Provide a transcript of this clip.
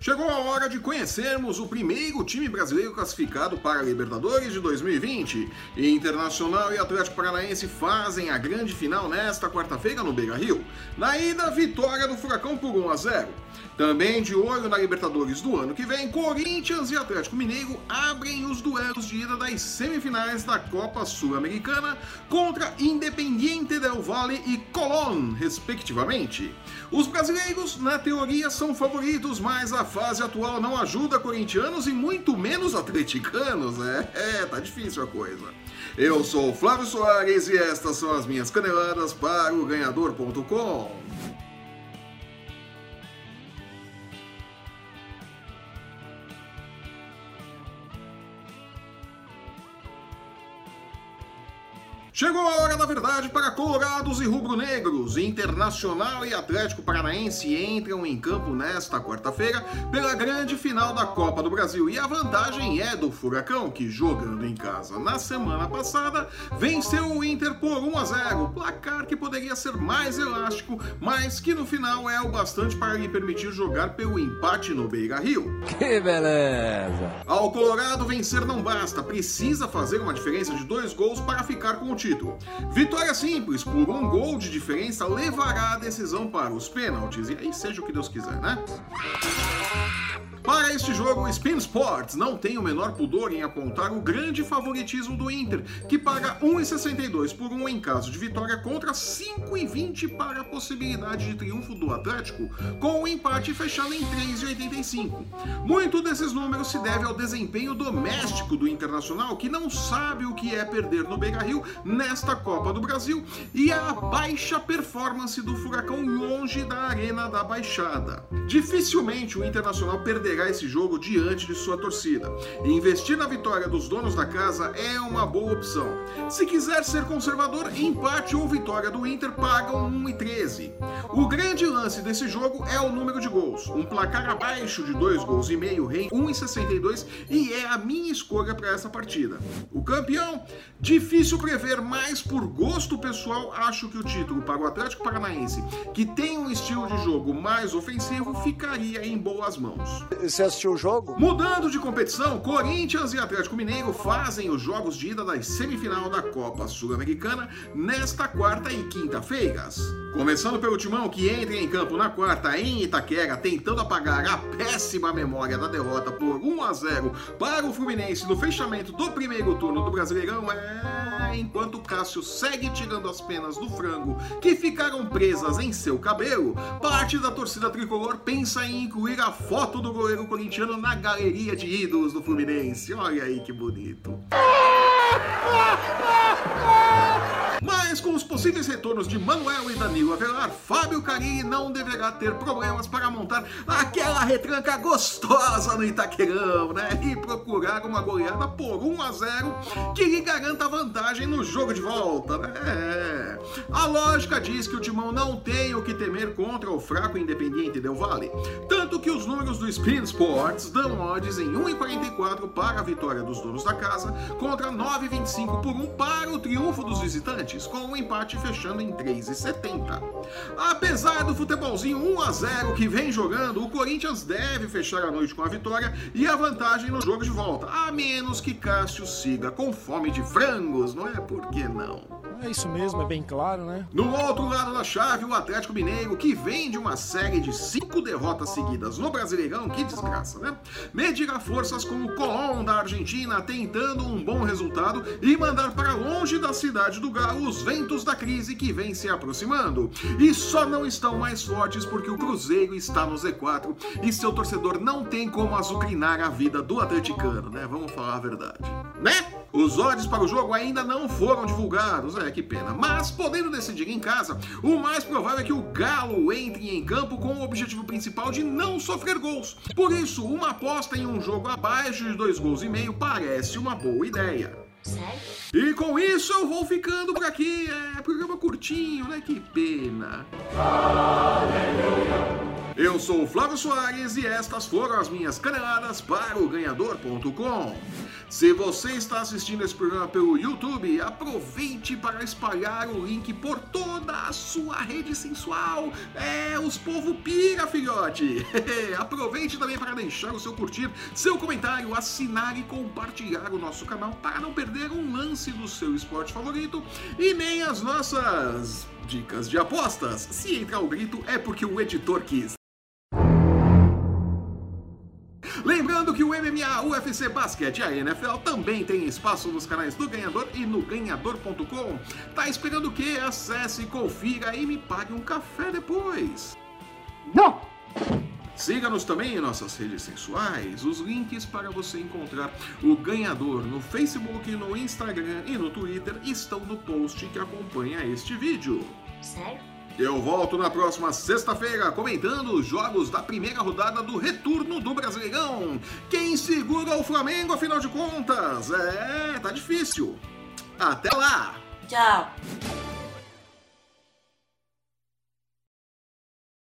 Chegou a hora de conhecermos o primeiro time brasileiro classificado para a Libertadores de 2020. Internacional e Atlético Paranaense fazem a grande final nesta quarta-feira no Beira-Rio. Na ida, vitória do Furacão por 1-0. Também de olho na Libertadores do ano que vem, Corinthians e Atlético Mineiro abrem os duelos de ida das semifinais da Copa Sul-Americana contra Independiente del Valle e Colón, respectivamente. Os brasileiros, na teoria, são favoritos, mas a fase atual não ajuda corintianos e muito menos atleticanos. Tá difícil a coisa. Eu sou o Flávio Soares e estas são as minhas caneladas para o Ganhador.com. Chegou a hora da verdade para colorados e rubro-negros. Internacional e Atlético Paranaense entram em campo nesta quarta-feira pela grande final da Copa do Brasil. E a vantagem é do Furacão, que jogando em casa na semana passada, venceu o Inter por 1-0. Placar que poderia ser mais elástico, mas que no final é o bastante para lhe permitir jogar pelo empate no Beira-Rio. Que beleza! Ao Colorado vencer não basta, precisa fazer uma diferença de 2 gols para ficar com o título. Vitória simples, por 1 gol de diferença, levará a decisão para os pênaltis. E aí seja o que Deus quiser, né? Para este jogo, o Spin Sports não tem o menor pudor em apontar o grande favoritismo do Inter, que paga 1,62 por 1 em caso de vitória contra 5,20 para a possibilidade de triunfo do Atlético, com o empate fechando em 3,85. Muito desses números se deve ao desempenho doméstico do Internacional, que não sabe o que é perder no Beira-Rio nesta Copa do Brasil, e a baixa performance do Furacão longe da Arena da Baixada. Dificilmente o Internacional perderá esse jogo diante de sua torcida. E investir na vitória dos donos da casa é uma boa opção. Se quiser ser conservador, empate ou vitória do Inter pagam 1,13. O grande lance desse jogo é o número de gols. Um placar abaixo de 2 gols e meio rende 1,62 e é a minha escolha para essa partida. O campeão? Difícil prever, mas por gosto pessoal acho que o título para o Atlético Paranaense, que tem um estilo de jogo mais ofensivo, ficaria em boas mãos. Você assistiu o jogo? Mudando de competição, Corinthians e Atlético Mineiro fazem os jogos de ida da semifinal da Copa Sul-Americana nesta quarta e quinta-feiras. Começando pelo Timão, que entra em campo na quarta em Itaquera, tentando apagar a péssima memória da derrota por 1-0 para o Fluminense no fechamento do primeiro turno do Brasileirão, enquanto Cássio segue tirando as penas do frango que ficaram presas em seu cabelo, parte da torcida tricolor pensa em incluir a foto do goleiro corintiano na galeria de ídolos do Fluminense. Olha aí que bonito. Mas com os possíveis retornos de Manuel e Danilo Avelar, Fábio Carille não deverá ter problemas para montar aquela retranca gostosa no Itaquerão, né? E procurar uma goleada por 1-0 que lhe garanta vantagem no jogo de volta, né? A lógica diz que o Timão não tem o que temer contra o fraco Independiente del Valle, tanto que os números do Spin Sports dão odds em 1,44 para a vitória dos donos da casa contra 9,25 por 1 para o triunfo dos visitantes, com o empate fechando em 3,70. Apesar do futebolzinho 1-0 que vem jogando, o Corinthians deve fechar a noite com a vitória e a vantagem no jogo de volta, a menos que Cássio siga com fome de frangos, não é? Por que não? É isso mesmo, é bem claro, né? No outro lado da chave, o Atlético Mineiro, que vem de uma série de 5 derrotas seguidas no Brasileirão, que desgraça, né? Medirá forças com o Colón da Argentina, tentando um bom resultado e mandar para longe da cidade do Galo os ventos da crise que vem se aproximando. E só não estão mais fortes porque o Cruzeiro está no Z4 e seu torcedor não tem como azucrinar a vida do atleticano, né? Vamos falar a verdade, né? Os odds para o jogo ainda não foram divulgados, que pena. Mas, podendo decidir em casa, o mais provável é que o Galo entre em campo com o objetivo principal de não sofrer gols. Por isso, uma aposta em um jogo abaixo de 2 gols e meio parece uma boa ideia. Sério? E com isso eu vou ficando por aqui. Programa curtinho, né? Que pena. Aleluia. Eu sou o Flávio Soares e estas foram as minhas caneladas para o Ganhador.com. Se você está assistindo esse programa pelo YouTube, aproveite para espalhar o link por toda a sua rede sensual. Os povo pira, filhote. Aproveite também para deixar o seu curtir, seu comentário, assinar e compartilhar o nosso canal para não perder um lance do seu esporte favorito e nem as nossas dicas de apostas. Se entrar o grito é porque o editor quis. Lembrando que o MMA, o UFC Basquete e a NFL também tem espaço nos canais do Ganhador e no Ganhador.com. Tá esperando o quê? Acesse, confira e me pague um café depois. Não! Siga-nos também em nossas redes sensuais. Os links para você encontrar o Ganhador no Facebook, no Instagram e no Twitter estão no post que acompanha este vídeo. Sério? Eu volto na próxima sexta-feira comentando os jogos da primeira rodada do retorno do Brasileirão. Quem segura o Flamengo, afinal de contas? Tá difícil. Até lá! Tchau!